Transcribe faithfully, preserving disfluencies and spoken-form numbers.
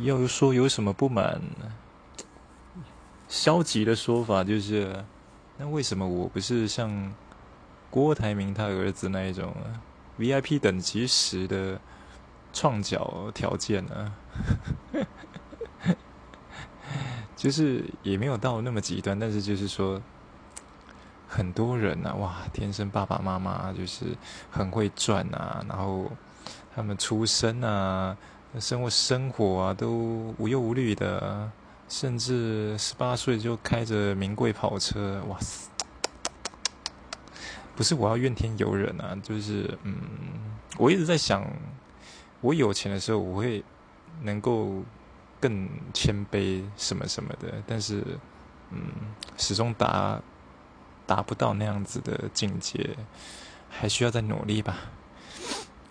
要说有什么不满，消极的说法就是，那为什么我不是像郭台铭他儿子那一种 V I P 等级时的创角条件呢？就是也没有到那么极端，但是就是说，很多人啊，哇，天生爸爸妈妈就是很会赚啊，然后他们出生啊，生活生活啊都无忧无虑的，甚至十八岁就开着名贵跑车，哇塞！不是我要怨天尤人啊，就是嗯，我一直在想，我有钱的时候我会能够更谦卑什么什么的，但是嗯，始终达达不到那样子的境界，还需要再努力吧。